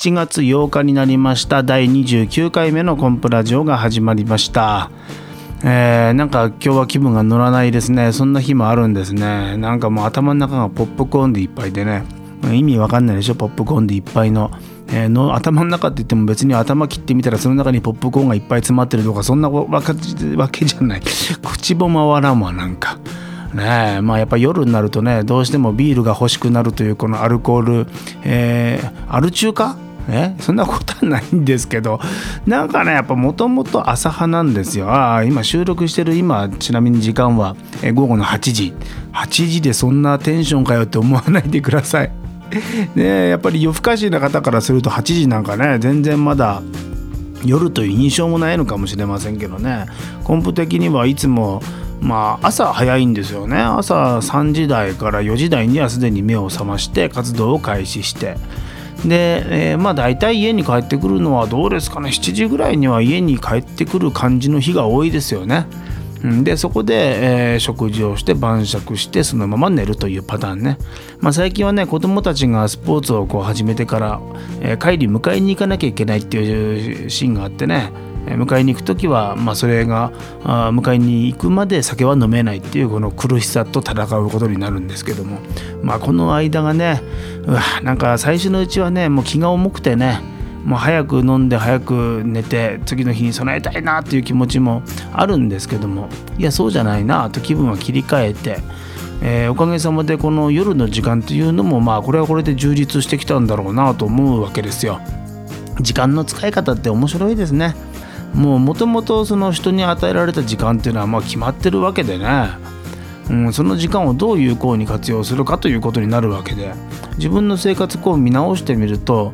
7月8日になりました。第29回目のコンプラジオが始まりました。なんか今日は気分が乗らないですね。そんな日もあるんですね。なんかもう頭の中がポップコーンでいっぱいでね、意味わかんないでしょ。ポップコーンでいっぱいの、頭の中って言っても別に頭切ってみたらその中にポップコーンがいっぱい詰まってるとかそんなわけじゃない。口も回らんわなんかね。やっぱ夜になるとね、どうしてもビールが欲しくなるというこのアルコール、アル中かそんなことはないんですけど、なんかねやっぱもともと朝派なんですよ。今収録してる今ちなみに時間は午後の8時でそんなテンションかよって思わないでくださいね。やっぱり夜更かしな方からすると8時なんかね全然まだ夜という印象もないのかもしれませんけどね、根本的にはいつも朝早いんですよね。朝3時台から4時台にはすでに目を覚まして活動を開始して、で、大体家に帰ってくるのはどうですかね、7時ぐらいには家に帰ってくる感じの日が多いですよね。でそこで、食事をして晩酌してそのまま寝るというパターンね。最近はね子どもたちがスポーツを始めてから、帰り迎えに行かなきゃいけないっていうシーンがあってね、迎えに行くときは、それが迎えに行くまで酒は飲めないっていうこの苦しさと戦うことになるんですけども、この間がねなんか最初のうちはねもう気が重くてね、もう早く飲んで早く寝て次の日に備えたいなっていう気持ちもあるんですけども、いやそうじゃないなと気分は切り替えて、おかげさまでこの夜の時間というのもこれはこれで充実してきたんだろうなと思うわけですよ。時間の使い方って面白いですね。もともとその人に与えられた時間っていうのは決まってるわけでね、その時間をどう有効に活用するかということになるわけで、自分の生活を見直してみると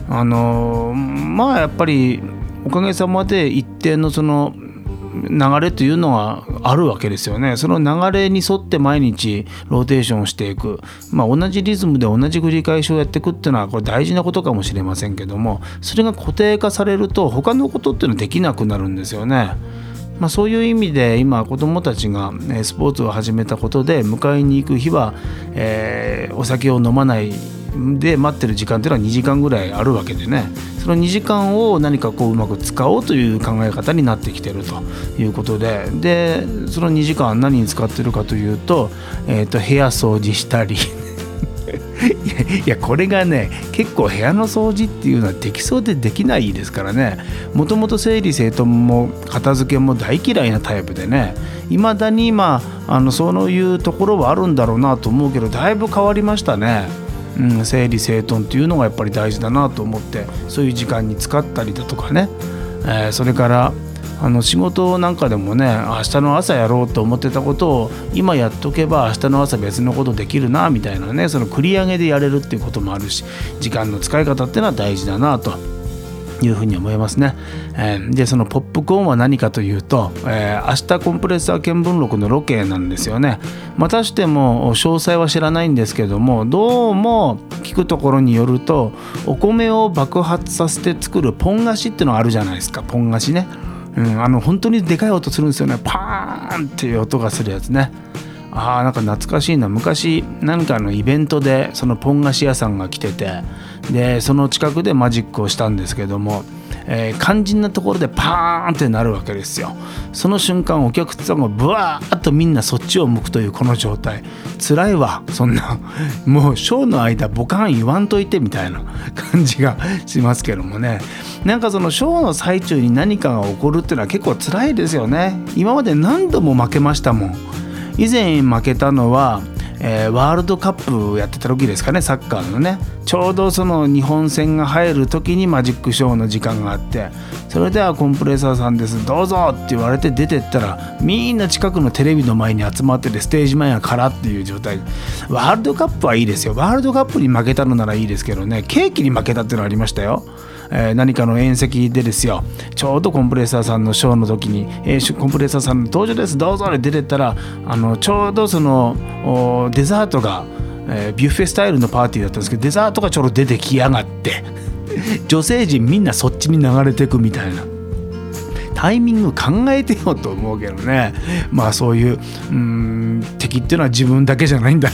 やっぱりおかげさまで一定のその流れというのはあるわけですよね。その流れに沿って毎日ローテーションをしていく、同じリズムで同じ繰り返しをやっていくっていうのはこれ大事なことかもしれませんけども、それが固定化されると他のことっていうのはできなくなるんですよね。そういう意味で今子どもたちがスポーツを始めたことで迎えに行く日は、お酒を飲まないで待ってる時間っていうのは2時間ぐらいあるわけでね、その2時間を何かうまく使おうという考え方になってきてるということで、その2時間何に使ってるかというと、部屋掃除したりいやこれがね結構部屋の掃除っていうのはできそうでできないですからね。もともと整理整頓も片付けも大嫌いなタイプでね、未だにそういうところはあるんだろうなと思うけどだいぶ変わりましたね。整理整頓っていうのがやっぱり大事だなと思ってそういう時間に使ったりだとかね、それから仕事なんかでもね明日の朝やろうと思ってたことを今やっとけば明日の朝別のことできるなみたいなね、その繰り上げでやれるっていうこともあるし、時間の使い方っていうのは大事だなというふうに思いますね。でそのポップコーンは何かというと、明日コンプレッサー見聞録のロケなんですよね。またしても詳細は知らないんですけども、どうも聞くところによるとお米を爆発させて作るポン菓子っていうのがあるじゃないですか。ポン菓子ね、本当にでかい音するんですよね。パーンっていう音がするやつね。なんか懐かしいな。昔何かのイベントでそのポン菓子屋さんが来てて、でその近くでマジックをしたんですけども、肝心なところでパーンってなるわけですよ。その瞬間お客さんがブワーッとみんなそっちを向くというこの状態、辛いわそんなもうショーの間ボカン言わんといてみたいな感じがしますけどもね。なんかそのショーの最中に何かが起こるっていうのは結構辛いですよね。今まで何度も負けましたもん。以前負けたのは、ワールドカップやってた時ですかね、サッカーのね。ちょうどその日本戦が入る時にマジックショーの時間があって、それではコンプレッサーさんですどうぞって言われて出てったらみんな近くのテレビの前に集まっててステージ前が空っていう状態。ワールドカップはいいですよ。ワールドカップに負けたのならいいですけどね、ケーキに負けたっていうのがありましたよ。何かの宴席でですよ、ちょうどコンプレッサーさんのショーの時に、コンプレッサーさんの登場ですどうぞって出てったらちょうどそのデザートが、ビュッフェスタイルのパーティーだったんですけど、デザートがちょうど出てきやがって女性陣みんなそっちに流れていくみたいなタイミング考えてよと思うけどね。そういう敵っていうのは自分だけじゃないんだな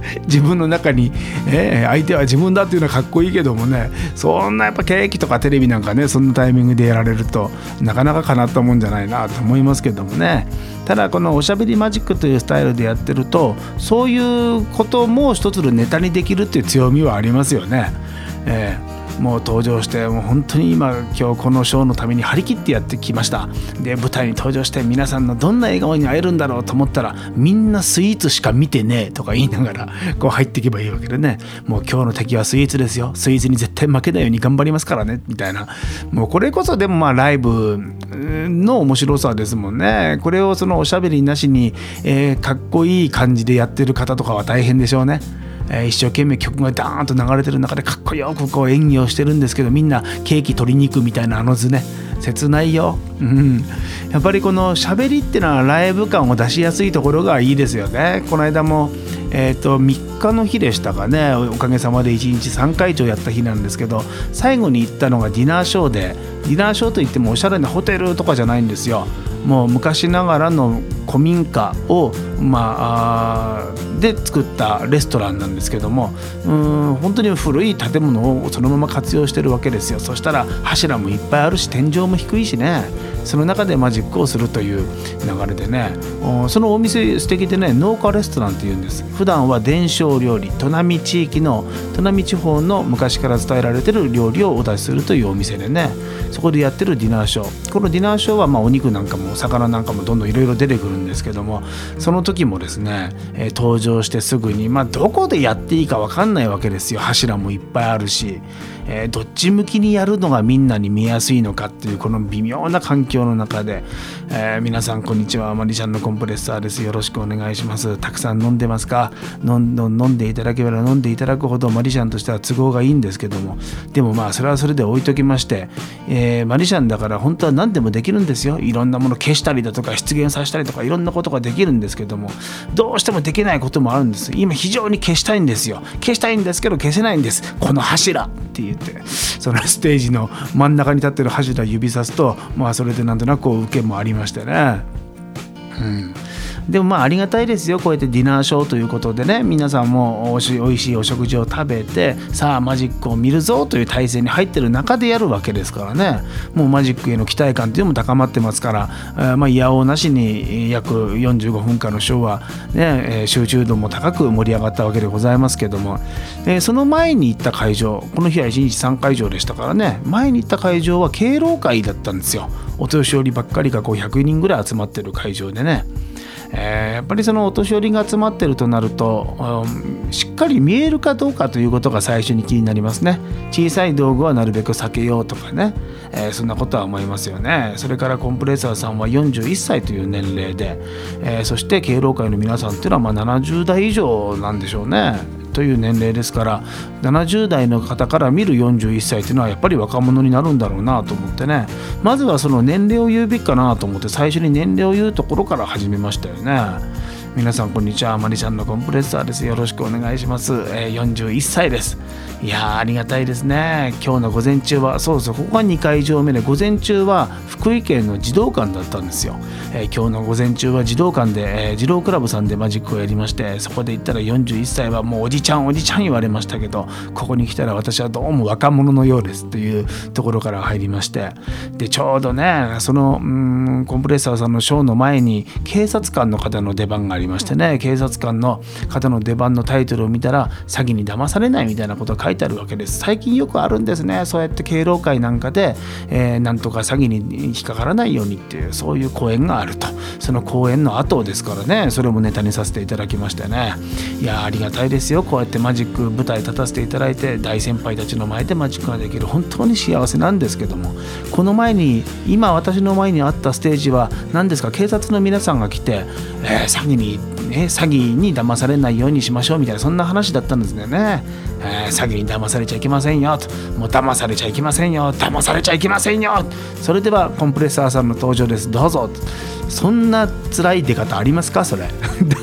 自分の中に、相手は自分だっていうのはかっこいいけどもね、そんなやっぱケーキとかテレビなんかね、そんなタイミングでやられるとなかなかかなったもんじゃないなと思いますけどもね。ただこのおしゃべりマジックというスタイルでやってると、そういうことも一つのネタにできるっていう強みはありますよね。もう登場して、もう本当に今日このショーのために張り切ってやってきました。で舞台に登場して皆さんのどんな笑顔に会えるんだろうと思ったら、みんなスイーツしか見てねえとか言いながらこう入っていけばいいわけでね、もう今日の敵はスイーツですよ、スイーツに絶対負けないように頑張りますからねみたいな、もうこれこそでもまあライブの面白さですもんね。これをそのおしゃべりなしに、かっこいい感じでやってる方とかは大変でしょうね。一生懸命曲がダーンと流れてる中でかっこよくこう演技をしてるんですけど、みんなケーキ取りに行くみたいなあの図ね、切ないよ。やっぱりこの喋りっていうのはライブ感を出しやすいところがいいですよね。この間も3日の日でしたかね、おかげさまで1日3回以上やった日なんですけど、最後に行ったのがディナーショーで、ディナーショーといってもおしゃれなホテルとかじゃないんですよ。もう昔ながらの古民家を、で作ったレストランなんですけども、本当に古い建物をそのまま活用してるわけですよ。そしたら柱もいっぱいあるし、天井も低いしね、その中でマジックをするという流れでね、そのお店素敵でね、農家レストランっていうんです。普段は伝承料理、砺波地域の砺波地方の昔から伝えられてる料理をお出しするというお店でね、そこでやってるディナーショー、このディナーショーはお肉なんかも魚なんかもどんどんいろいろ出てくるんですけども、その時もですね、登場してすぐにどこでやっていいか分かんないわけですよ。柱もいっぱいあるし、どっち向きにやるのがみんなに見やすいのかっていうこの微妙な環境の中で、皆さんこんにちは、マリシャンのコンプレッサーです、よろしくお願いします。たくさん飲んでますか？飲んでいただければ飲んでいただくほどマリシャンとしては都合がいいんですけども、でもそれはそれで置いときまして、マリシャンだから本当は何でもできるんですよ。いろんなもの消したりだとか出現させたりとかいろんなことができるんですけども、どうしてもできないこともあるんです。今非常に消したいんですよ。消したいんですけど消せないんです。この柱って言って、そのステージの真ん中に立ってる柱指さすと、それでなんとなく受けもありましてね。でもありがたいですよ。こうやってディナーショーということでね、皆さんもおいしいお食事を食べて、さあマジックを見るぞという体制に入ってる中でやるわけですからね、もうマジックへの期待感っていうのも高まってますから、いやおうなしに約45分間のショーは、ね、集中度も高く盛り上がったわけでございますけども、その前に行った会場、この日は1日3会場でしたからね、前に行った会場は敬老会だったんですよ。お年寄りばっかりが100人ぐらい集まってる会場でね、やっぱりそのお年寄りが集まってるとなると、しっかり見えるかどうかということが最初に気になりますね。小さい道具はなるべく避けようとかね、そんなことは思いますよね。それからコンプレッサーさんは41歳という年齢で、そして敬老会の皆さんっていうのは70代以上なんでしょうねという年齢ですから、70代の方から見る41歳というのはやっぱり若者になるんだろうなと思ってね、まずはその年齢を言うべきかなと思って最初に年齢を言うところから始めましたよね。皆さんこんにちは、マリシャンのコンプレッサーです、よろしくお願いします。41歳です。いやありがたいですね。今日の午前中はここが2会場目で、午前中は福井県の児童館だったんですよ。今日の午前中は児童館で、児童クラブさんでマジックをやりまして、そこで行ったら41歳はもうおじちゃん言われましたけど、ここに来たら私はどうも若者のようですというところから入りまして、でちょうどね、そのコンプレッサーさんのショーの前に警察官の方の出番がありましてね、警察官の方の出番のタイトルを見たら詐欺に騙されないみたいなことが書いてあるわけです。最近よくあるんですね、そうやって敬老会なんかで、なんとか詐欺に引っかからないようにっていう、そういう講演があると。その講演の後ですからね、それもネタにさせていただきましてね、いやありがたいですよ。こうやってマジック舞台立たせていただいて、大先輩たちの前でマジックができる、本当に幸せなんですけども、この前に今私の前にあったステージは何ですか、警察の皆さんが来て、詐欺に騙されないようにしましょうみたいな、そんな話だったんですよね。詐欺に騙されちゃいけませんよと、もう騙されちゃいけませんよ、騙されちゃいけませんよ。それではコンプレッサーさんの登場です、どうぞ。そんな辛い出方ありますかそれ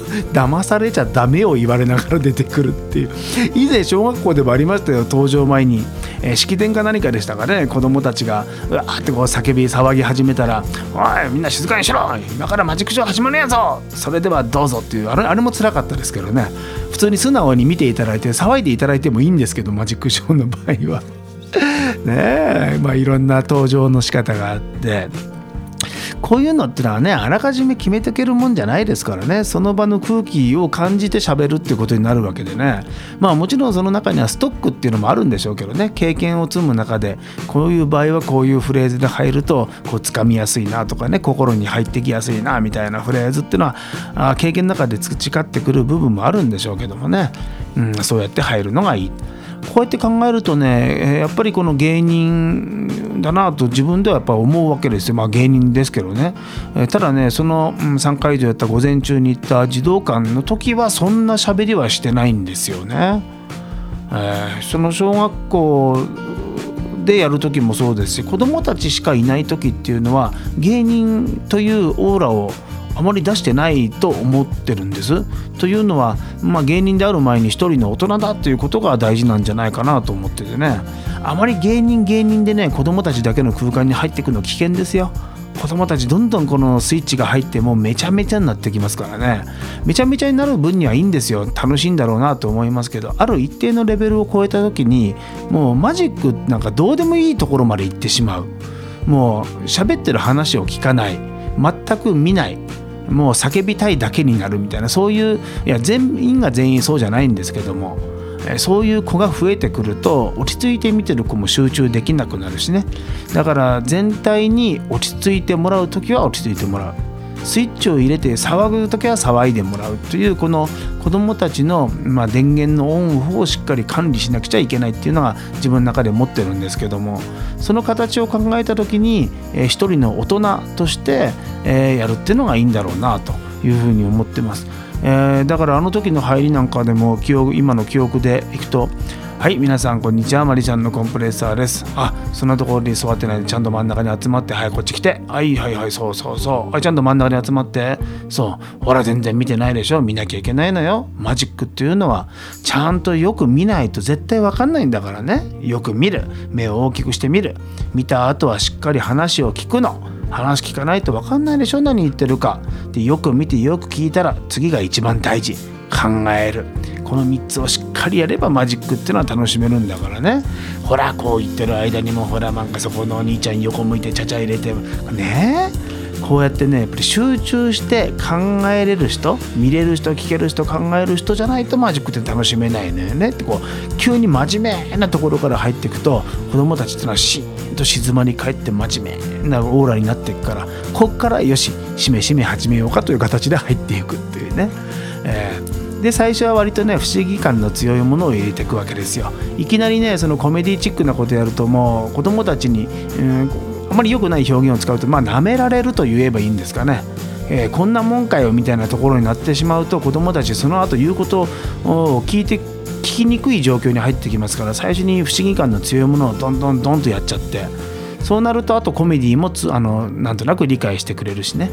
騙されちゃダメを言われながら出てくるっていう。以前小学校でもありましたよ、登場前に、式典か何かでしたかね、子供たちがうわーってこう叫び騒ぎ始めたら、おいみんな静かにしろ、今からマジックショー始まるんやぞ、それではどうぞっていう、あれも辛かったですけどね。普通に素直に見ていただいて騒いでいただいてもいいんですけど、マジックショーの場合はねえ、いろんな登場の仕方があって、こういうのってのはね、あらかじめ決めていけるもんじゃないですからね。その場の空気を感じて喋るっていうことになるわけでね。もちろんその中にはストックっていうのもあるんでしょうけどね、経験を積む中でこういう場合はこういうフレーズで入るとこう掴みやすいなとかね、心に入ってきやすいなみたいなフレーズっていうのは経験の中で培ってくる部分もあるんでしょうけどもね、そうやって入るのがいい。こうやって考えるとね、やっぱりこの芸人だなと自分ではやっぱ思うわけですよ。芸人ですけどね。ただね、その3回以上やった午前中に行った児童館の時はそんな喋りはしてないんですよね。その小学校でやる時もそうですし、子どもたちしかいない時っていうのは芸人というオーラをあまり出してないと思ってるんです。というのは、芸人である前に一人の大人だということが大事なんじゃないかなと思っててね。あまり芸人でね、子供たちだけの空間に入っていくの危険ですよ。子供たちどんどんこのスイッチが入ってもうめちゃめちゃになってきますからね。めちゃめちゃになる分にはいいんですよ。楽しいんだろうなと思いますけど、ある一定のレベルを超えた時にもうマジックなんかどうでもいいところまで行ってしまう。もう喋ってる話を聞かない、全く見ない、もう叫びたいだけになるみたいな、そういう、いや全員が全員そうじゃないんですけども、そういう子が増えてくると落ち着いて見てる子も集中できなくなるしね。だから全体に落ち着いてもらうときは落ち着いてもらう、スイッチを入れて騒ぐときは騒いでもらうという、この子どもたちの電源のオンオフをしっかり管理しなくちゃいけないっていうのが自分の中で持ってるんですけども、その形を考えたときに一人の大人としてやるっていうのがいいんだろうなというふうに思ってます。だからあの時の入りなんかでも今の記憶でいくと、はい、皆さんこんにちは、マリちゃんのコンプレッサーです。そんなところに座ってないでちゃんと真ん中に集まって、はい、こっち来て、はいそうはい、ちゃんと真ん中に集まって、そうほら全然見てないでしょ、見なきゃいけないのよ。マジックっていうのはちゃんとよく見ないと絶対わかんないんだからね。よく見る、目を大きくして見る、見た後はしっかり話を聞くの。話聞かないと分かんないでしょ、何言ってるかで。よく見てよく聞いたら次が一番大事、考える。この3つをしっかりやればマジックっていうのは楽しめるんだからね。ほらこう言ってる間にもほらなんかそこのお兄ちゃん横向いてちゃちゃ入れてね、こうやってねやっぱり集中して考えれる人、見れる人、聞ける人、考える人じゃないとマジックって楽しめないのよねって。こう急に真面目なところから入っていくと子供たちってのはシーンと静まり返って真面目なオーラになっていくから、こっからよししめ始めようかという形で入っていくっていうね。で最初は割とね不思議感の強いものを入れていくわけですよ。いきなりねそのコメディチックなことやるともう子供たちに、あまり良くない表現を使うと舐められると言えばいいんですかね。こんなもんかよみたいなところになってしまうと子供たちその後言うことを聞きにくい状況に入ってきますから、最初に不思議感の強いものをどんどんとやっちゃって、そうなるとあとコメディもなんとなく理解してくれるしね。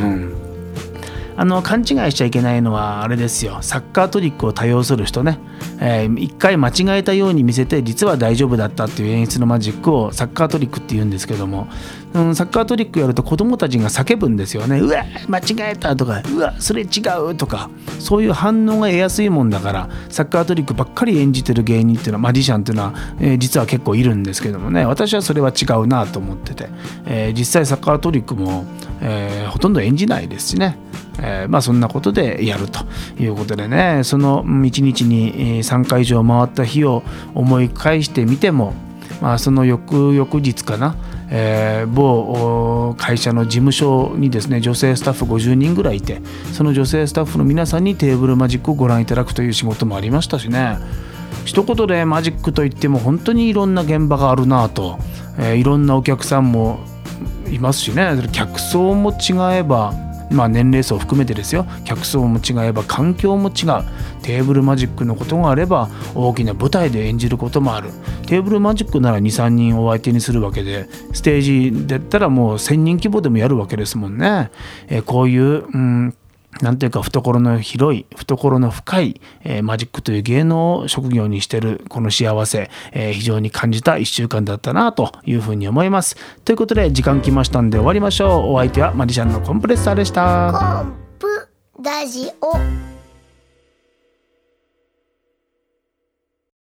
勘違いしちゃいけないのはあれですよ、サッカートリックを多用する人ね。一回間違えたように見せて実は大丈夫だったっていう演出のマジックをサッカートリックって言うんですけども、サッカートリックやると子供たちが叫ぶんですよね。うわ間違えたとか、うわそれ違うとか、そういう反応が得やすいもんだから、サッカートリックばっかり演じてる芸人っていうのはマジシャンっていうのは、実は結構いるんですけどもね、私はそれは違うなと思ってて、実際サッカートリックも、ほとんど演じないですしね。そんなことでやるということでね、その1日に3回以上回った日を思い返してみても、その翌日かな、某会社の事務所にですね女性スタッフ50人ぐらいいて、その女性スタッフの皆さんにテーブルマジックをご覧いただくという仕事もありましたしね。一言でマジックといっても本当にいろんな現場があるなと、いろんなお客さんもいますしね、客層も違えば年齢層を含めてですよ、客層も違えば環境も違う。テーブルマジックのことがあれば大きな舞台で演じることもある。テーブルマジックなら 2,3 人お相手にするわけで、ステージだったらもう1000人規模でもやるわけですもんね。こういう、 なんというか懐の広い懐の深い、マジックという芸能を職業にしているこの幸せ、非常に感じた1週間だったなというふうに思います。ということで時間来ましたんで終わりましょう。お相手はマジシャンのコンプレッサーでした。 コンプラジオ。